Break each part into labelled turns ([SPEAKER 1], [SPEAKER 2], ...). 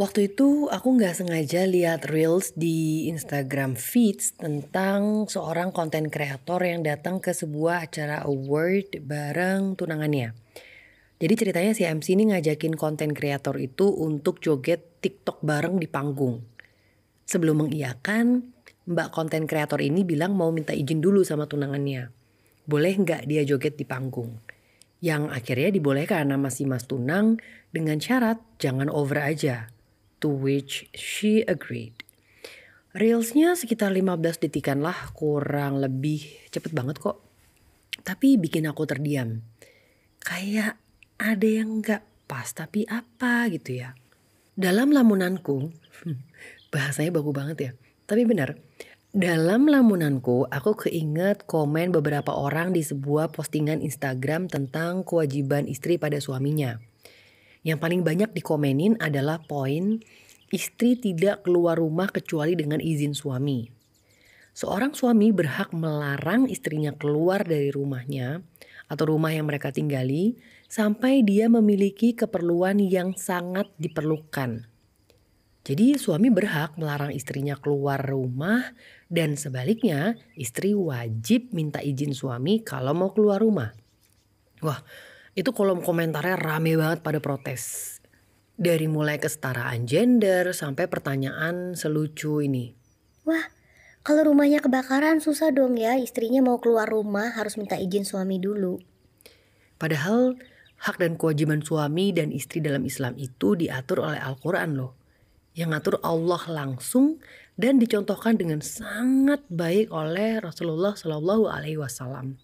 [SPEAKER 1] Waktu itu aku nggak sengaja lihat reels di Instagram feeds tentang seorang konten kreator yang datang ke sebuah acara award bareng tunangannya. Jadi ceritanya si MC ini ngajakin konten kreator itu untuk joget TikTok bareng di panggung. Sebelum mengiyakan, mbak konten kreator ini bilang mau minta izin dulu sama tunangannya. Boleh nggak dia joget di panggung? Yang akhirnya dibolehkan sama si Mas Tunang dengan syarat jangan over aja. To which she agreed. Reelsnya sekitar 15 detikan lah, kurang lebih cepet banget kok. Tapi bikin aku terdiam. Kayak ada yang gak pas, tapi apa gitu ya. Dalam lamunanku, bahasanya baku banget ya. Tapi benar, dalam lamunanku aku keinget komen beberapa orang di sebuah postingan Instagram tentang kewajiban istri pada suaminya. Yang paling banyak dikomenin adalah poin istri tidak keluar rumah kecuali dengan izin suami. Seorang suami berhak melarang istrinya keluar dari rumahnya atau rumah yang mereka tinggali sampai dia memiliki keperluan yang sangat diperlukan. Jadi suami berhak melarang istrinya keluar rumah dan sebaliknya istri wajib minta izin suami kalau mau keluar rumah. Wah, itu kolom komentarnya rame banget pada protes. Dari mulai kesetaraan gender sampai pertanyaan selucu ini.
[SPEAKER 2] Wah, kalau rumahnya kebakaran susah dong ya, istrinya mau keluar rumah harus minta izin suami dulu.
[SPEAKER 1] Padahal hak dan kewajiban suami dan istri dalam Islam itu diatur oleh Al-Quran loh. Yang ngatur Allah langsung dan dicontohkan dengan sangat baik oleh Rasulullah Shallallahu Alaihi Wasallam.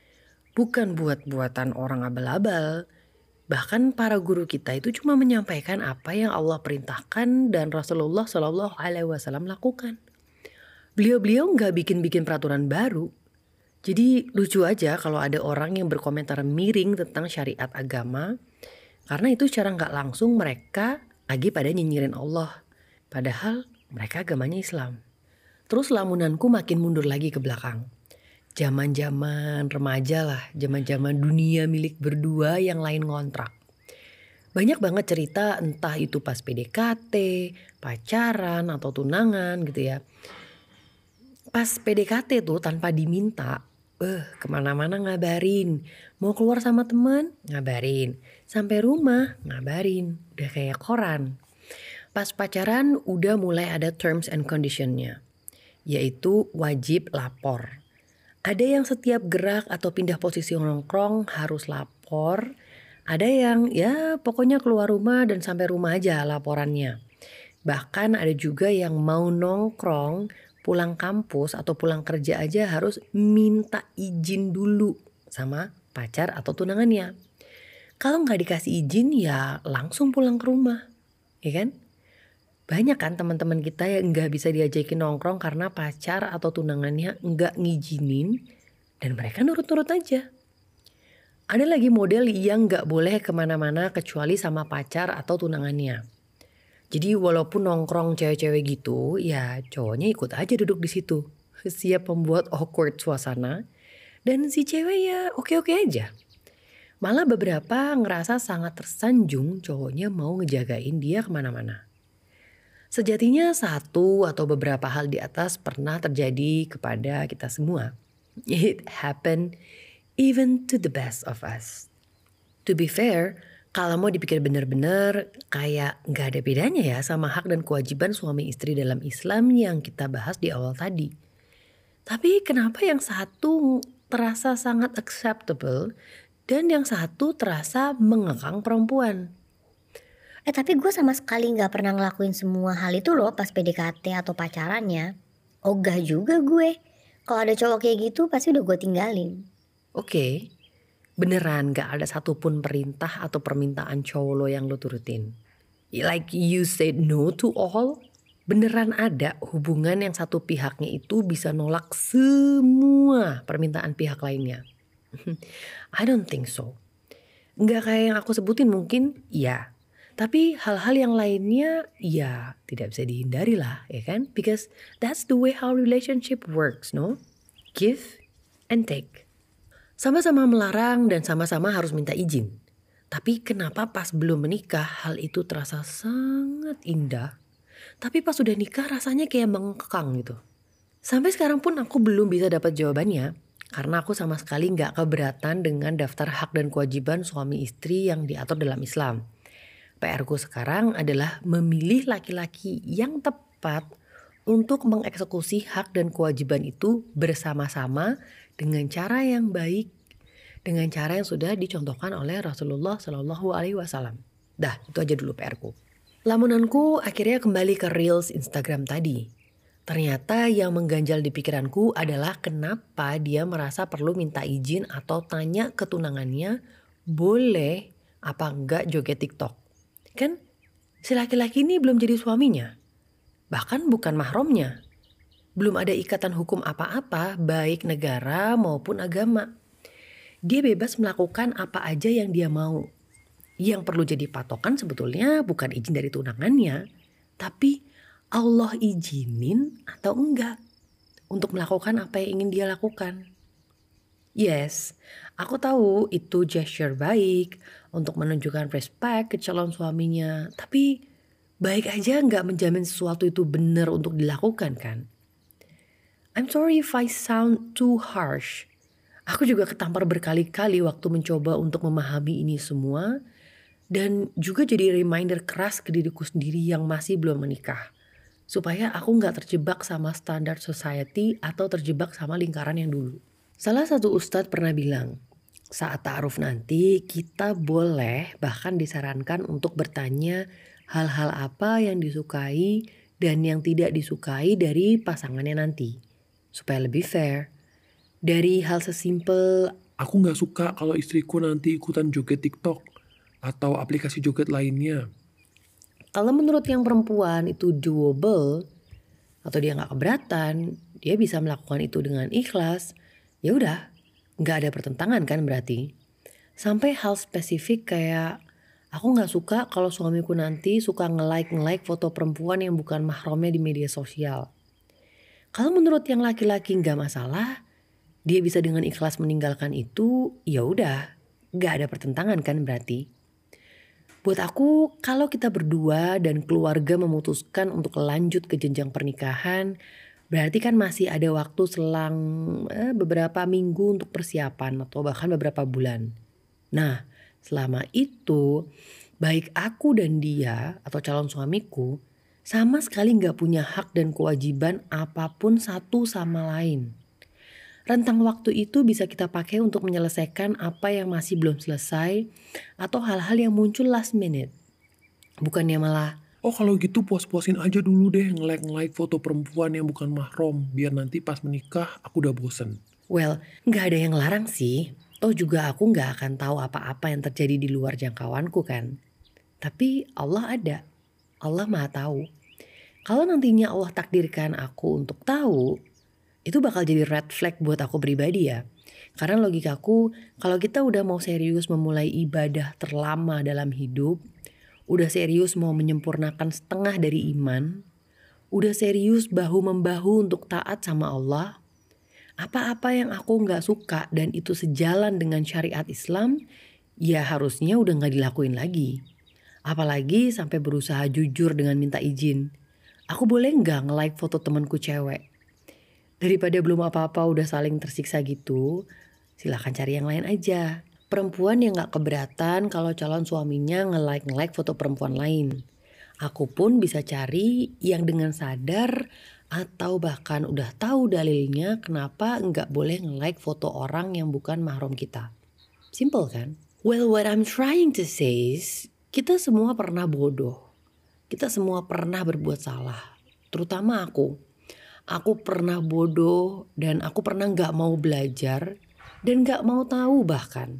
[SPEAKER 1] Bukan buat-buatan orang abal-abal. Bahkan para guru kita itu cuma menyampaikan apa yang Allah perintahkan dan Rasulullah Shallallahu Alaihi Wasallam lakukan. Beliau-beliau nggak bikin-bikin peraturan baru. Jadi lucu aja kalau ada orang yang berkomentar miring tentang syariat agama. Karena itu secara nggak langsung mereka lagi pada nyinyirin Allah. Padahal mereka agamanya Islam. Terus lamunanku makin mundur lagi ke belakang. Zaman-zaman remaja lah, zaman-zaman dunia milik berdua yang lain ngontrak. Banyak banget cerita entah itu pas PDKT, pacaran atau tunangan gitu ya. Pas PDKT tuh tanpa diminta, kemana-mana ngabarin. Mau keluar sama teman, ngabarin. Sampai rumah, ngabarin. Udah kayak koran. Pas pacaran udah mulai ada terms and conditionnya. Yaitu wajib lapor. Ada yang setiap gerak atau pindah posisi nongkrong harus lapor. Ada yang ya pokoknya keluar rumah dan sampai rumah aja laporannya. Bahkan ada juga yang mau nongkrong, pulang kampus atau pulang kerja aja harus minta izin dulu sama pacar atau tunangannya. Kalau nggak dikasih izin ya langsung pulang ke rumah, ya kan? Banyak kan teman-teman kita yang nggak bisa diajakin nongkrong karena pacar atau tunangannya nggak ngizinin dan mereka nurut-nurut aja. Ada lagi model yang nggak boleh kemana-mana kecuali sama pacar atau tunangannya. Jadi walaupun nongkrong cewek-cewek gitu, ya cowoknya ikut aja duduk di situ. Siap membuat awkward suasana dan si cewek ya oke-oke aja. Malah beberapa ngerasa sangat tersanjung cowoknya mau ngejagain dia kemana-mana. Sejatinya satu atau beberapa hal di atas pernah terjadi kepada kita semua. It happened even to the best of us. To be fair, kalau mau dipikir benar-benar kayak gak ada bedanya ya sama hak dan kewajiban suami istri dalam Islam yang kita bahas di awal tadi. Tapi kenapa yang satu terasa sangat acceptable dan yang satu terasa mengekang perempuan?
[SPEAKER 2] Tapi gue sama sekali gak pernah ngelakuin semua hal itu loh pas PDKT atau pacarannya. Ogah juga gue. Kalau ada cowok kayak gitu pasti udah gue tinggalin.
[SPEAKER 1] Oke, beneran gak ada satupun perintah atau permintaan cowok lo yang lo turutin? Like you said no to all? Beneran ada hubungan yang satu pihaknya itu bisa nolak semua permintaan pihak lainnya? I don't think so. Nggak kayak yang aku sebutin mungkin, ya. Tapi hal-hal yang lainnya, ya tidak bisa dihindari lah, ya kan? Because that's the way how relationship works, no? Give and take. Sama-sama melarang dan sama-sama harus minta izin. Tapi kenapa pas belum menikah hal itu terasa sangat indah. Tapi pas udah nikah rasanya kayak mengekang gitu. Sampai sekarang pun aku belum bisa dapat jawabannya. Karena aku sama sekali nggak keberatan dengan daftar hak dan kewajiban suami istri yang diatur dalam Islam. PR-ku sekarang adalah memilih laki-laki yang tepat untuk mengeksekusi hak dan kewajiban itu bersama-sama dengan cara yang baik, dengan cara yang sudah dicontohkan oleh Rasulullah Shallallahu Alaihi Wasallam. Dah, itu aja dulu PR-ku. Lamunanku akhirnya kembali ke Reels Instagram tadi. Ternyata yang mengganjal di pikiranku adalah kenapa dia merasa perlu minta izin atau tanya ke tunangannya boleh apa enggak joget TikTok. Kan si laki-laki ini belum jadi suaminya, bahkan bukan mahramnya. Belum ada ikatan hukum apa-apa baik negara maupun agama. Dia bebas melakukan apa aja yang dia mau. Yang perlu jadi patokan sebetulnya bukan izin dari tunangannya, tapi Allah izinin atau enggak untuk melakukan apa yang ingin dia lakukan. Yes, aku tahu itu gesture baik untuk menunjukkan respect ke calon suaminya. Tapi baik aja nggak menjamin sesuatu itu benar untuk dilakukan kan. I'm sorry if I sound too harsh. Aku juga ketampar berkali-kali waktu mencoba untuk memahami ini semua. Dan juga jadi reminder keras ke diriku sendiri yang masih belum menikah. Supaya aku gak terjebak sama standar society atau terjebak sama lingkaran yang dulu. Salah satu ustadz pernah bilang, saat ta'aruf nanti kita boleh bahkan disarankan untuk bertanya hal-hal apa yang disukai dan yang tidak disukai dari pasangannya nanti. Supaya lebih fair. Dari hal sesimpel,
[SPEAKER 3] Aku nggak suka kalau istriku nanti ikutan joget TikTok atau aplikasi joget lainnya.
[SPEAKER 1] kalau menurut yang perempuan itu doable atau dia nggak keberatan, dia bisa melakukan itu dengan ikhlas. Ya udah, nggak ada pertentangan kan berarti. Sampai hal spesifik kayak aku nggak suka kalau suamiku nanti suka nge-like foto perempuan yang bukan mahramnya di media sosial. Kalau menurut yang laki-laki nggak masalah, dia bisa dengan ikhlas meninggalkan itu. Ya udah, nggak ada pertentangan kan berarti. Buat aku, kalau kita berdua dan keluarga memutuskan untuk lanjut ke jenjang pernikahan, berarti kan masih ada waktu selang beberapa minggu untuk persiapan atau bahkan beberapa bulan. Nah, selama itu, baik aku dan dia atau calon suamiku sama sekali nggak punya hak dan kewajiban apapun satu sama lain. Rentang waktu itu bisa kita pakai untuk menyelesaikan apa yang masih belum selesai atau hal-hal yang muncul last minute. Bukannya malah,
[SPEAKER 3] Oh kalau gitu puas-puasin aja dulu deh nge-like foto perempuan yang bukan mahram. Biar nanti pas menikah aku udah bosen.
[SPEAKER 1] well, nggak ada yang larang sih. Toh juga aku nggak akan tahu apa-apa yang terjadi di luar jangkauanku kan. Tapi Allah ada. Allah Maha tahu. Kalau nantinya Allah takdirkan aku untuk tahu, itu bakal jadi red flag buat aku pribadi ya. Karena logikaku, kalau kita udah mau serius memulai ibadah terlama dalam hidup, udah serius mau menyempurnakan setengah dari iman, udah serius bahu-membahu untuk taat sama Allah, apa-apa yang aku gak suka dan itu sejalan dengan syariat Islam, ya harusnya udah gak dilakuin lagi. Apalagi sampai berusaha jujur dengan minta izin. Aku boleh gak nge-like foto temanku cewek? Daripada belum apa-apa udah saling tersiksa gitu, silakan cari yang lain aja. Perempuan yang gak keberatan kalau calon suaminya nge-like foto perempuan lain. Aku pun bisa cari yang dengan sadar atau bahkan udah tahu dalilnya kenapa nggak boleh nge-like foto orang yang bukan mahram kita. Simple kan? Well, what I'm trying to say is, kita semua pernah bodoh. Kita semua pernah berbuat salah. Terutama aku. Aku pernah bodoh dan aku pernah gak mau belajar dan gak mau tahu bahkan.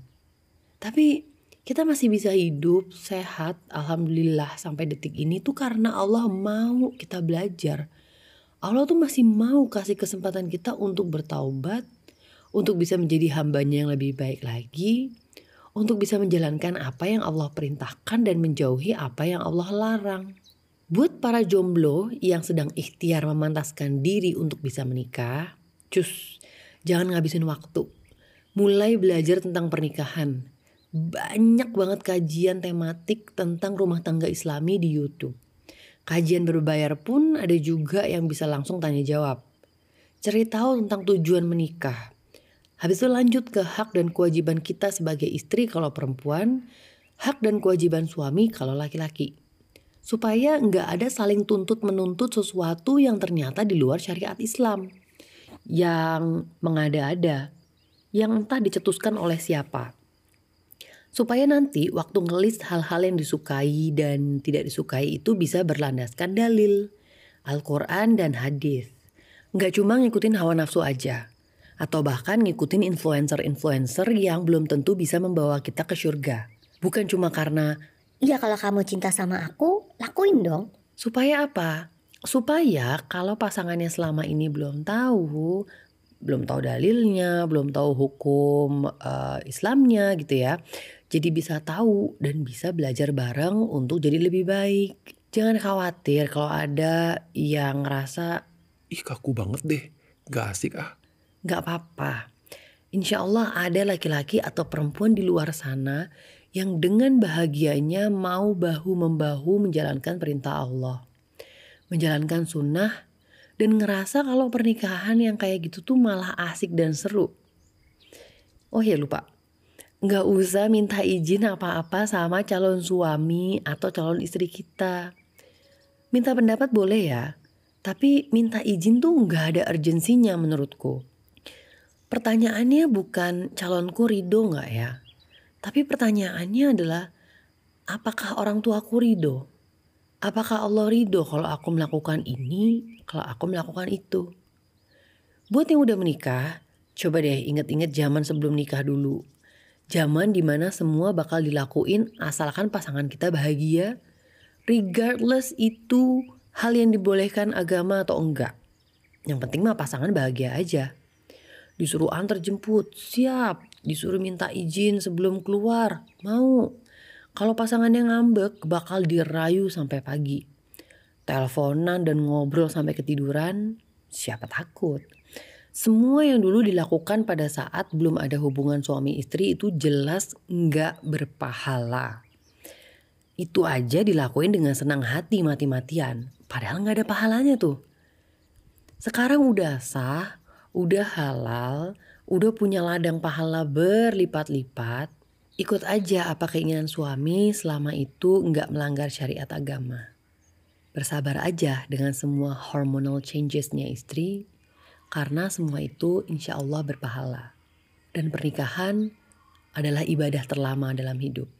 [SPEAKER 1] Tapi kita masih bisa hidup, sehat, alhamdulillah sampai detik ini tuh karena Allah mau kita belajar. Allah tuh masih mau kasih kesempatan kita untuk bertaubat, untuk bisa menjadi hambanya yang lebih baik lagi, untuk bisa menjalankan apa yang Allah perintahkan dan menjauhi apa yang Allah larang. Buat para jomblo yang sedang ikhtiar memantaskan diri untuk bisa menikah, jangan ngabisin waktu. Mulai belajar tentang pernikahan. Banyak banget kajian tematik tentang rumah tangga Islami di YouTube. Kajian berbayar pun ada juga yang bisa langsung tanya jawab. Cari tahu tentang tujuan menikah. Habis itu lanjut ke hak dan kewajiban kita sebagai istri kalau perempuan, hak dan kewajiban suami kalau laki-laki. Supaya nggak ada saling tuntut menuntut sesuatu yang ternyata di luar syariat Islam. Yang mengada-ada, yang entah dicetuskan oleh siapa. Supaya nanti waktu ngelis hal-hal yang disukai dan tidak disukai itu bisa berlandaskan dalil, Al-Quran dan hadis. Nggak cuma ngikutin hawa nafsu aja. Atau bahkan ngikutin influencer-influencer yang belum tentu bisa membawa kita ke surga. Bukan cuma karena
[SPEAKER 2] Iya, kalau kamu cinta sama aku, lakuin dong.
[SPEAKER 1] supaya apa? Supaya kalau pasangannya selama ini belum tahu dalilnya, belum tahu hukum Islamnya gitu ya. Jadi bisa tahu dan bisa belajar bareng untuk jadi lebih baik. Jangan khawatir kalau ada yang ngerasa
[SPEAKER 3] Ih, kaku banget deh. Gak asik ah.
[SPEAKER 1] gak apa-apa. Insya Allah ada laki-laki atau perempuan di luar sana yang dengan bahagianya mau bahu-membahu menjalankan perintah Allah. Menjalankan sunnah dan ngerasa kalau pernikahan yang kayak gitu tuh malah asik dan seru. Oh ya lupa, nggak usah minta izin apa-apa sama calon suami atau calon istri kita. Minta pendapat boleh ya, tapi minta izin tuh nggak ada urgensinya menurutku. Pertanyaannya bukan calonku ridho nggak ya, tapi pertanyaannya adalah apakah orang tuaku ridho? Apakah Allah ridho kalau aku melakukan ini, kalau aku melakukan itu? Buat yang udah menikah, coba deh inget-inget zaman sebelum nikah dulu. Zaman dimana semua bakal dilakuin asalkan pasangan kita bahagia, regardless itu hal yang dibolehkan agama atau enggak. Yang penting mah pasangan bahagia aja. Disuruh antar jemput, siap. Disuruh minta izin sebelum keluar, mau. Kalau pasangannya ngambek, bakal dirayu sampai pagi. Teleponan dan ngobrol sampai ketiduran, siapa takut. Semua yang dulu dilakukan pada saat belum ada hubungan suami istri itu jelas nggak berpahala. Itu aja dilakuin dengan senang hati mati-matian. Padahal nggak ada pahalanya tuh. Sekarang udah sah, udah halal, udah punya ladang pahala berlipat-lipat. Ikut aja apa keinginan suami selama itu nggak melanggar syariat agama. Bersabar aja dengan semua hormonal changesnya istri, karena semua itu insya Allah berpahala. Dan pernikahan adalah ibadah terlama dalam hidup.